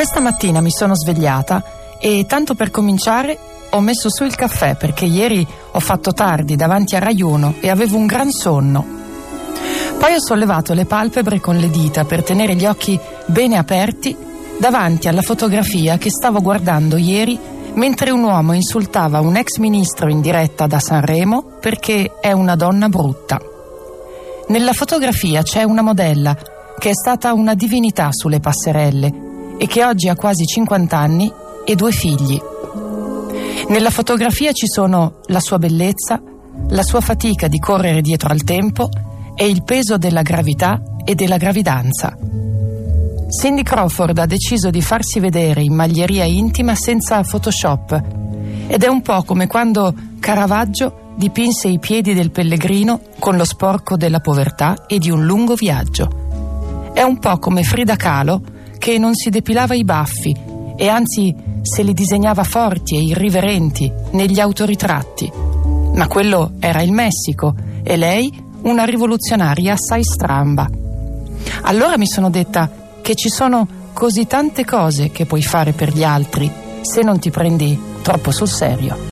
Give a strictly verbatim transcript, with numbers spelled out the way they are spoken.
Questa mattina mi sono svegliata e, tanto per cominciare, ho messo su il caffè perché ieri ho fatto tardi davanti a Rai uno e avevo un gran sonno. Poi ho sollevato le palpebre con le dita per tenere gli occhi bene aperti davanti alla fotografia che stavo guardando ieri mentre un uomo insultava un ex ministro in diretta da Sanremo perché è una donna brutta. Nella fotografia c'è una modella che è stata una divinità sulle passerelle e che oggi ha quasi cinquanta anni e due figli. Nella fotografia ci sono la sua bellezza, la sua fatica di correre dietro al tempo e il peso della gravità e della gravidanza. Cindy Crawford ha deciso di farsi vedere in maglieria intima senza Photoshop ed è un po' come quando Caravaggio dipinse i piedi del pellegrino con lo sporco della povertà e di un lungo viaggio. È un po' come Frida Kahlo che non si depilava i baffi e anzi se li disegnava forti e irriverenti negli autoritratti. Ma quello era il Messico e lei una rivoluzionaria assai stramba. Allora mi sono detta che ci sono così tante cose che puoi fare per gli altri se non ti prendi troppo sul serio.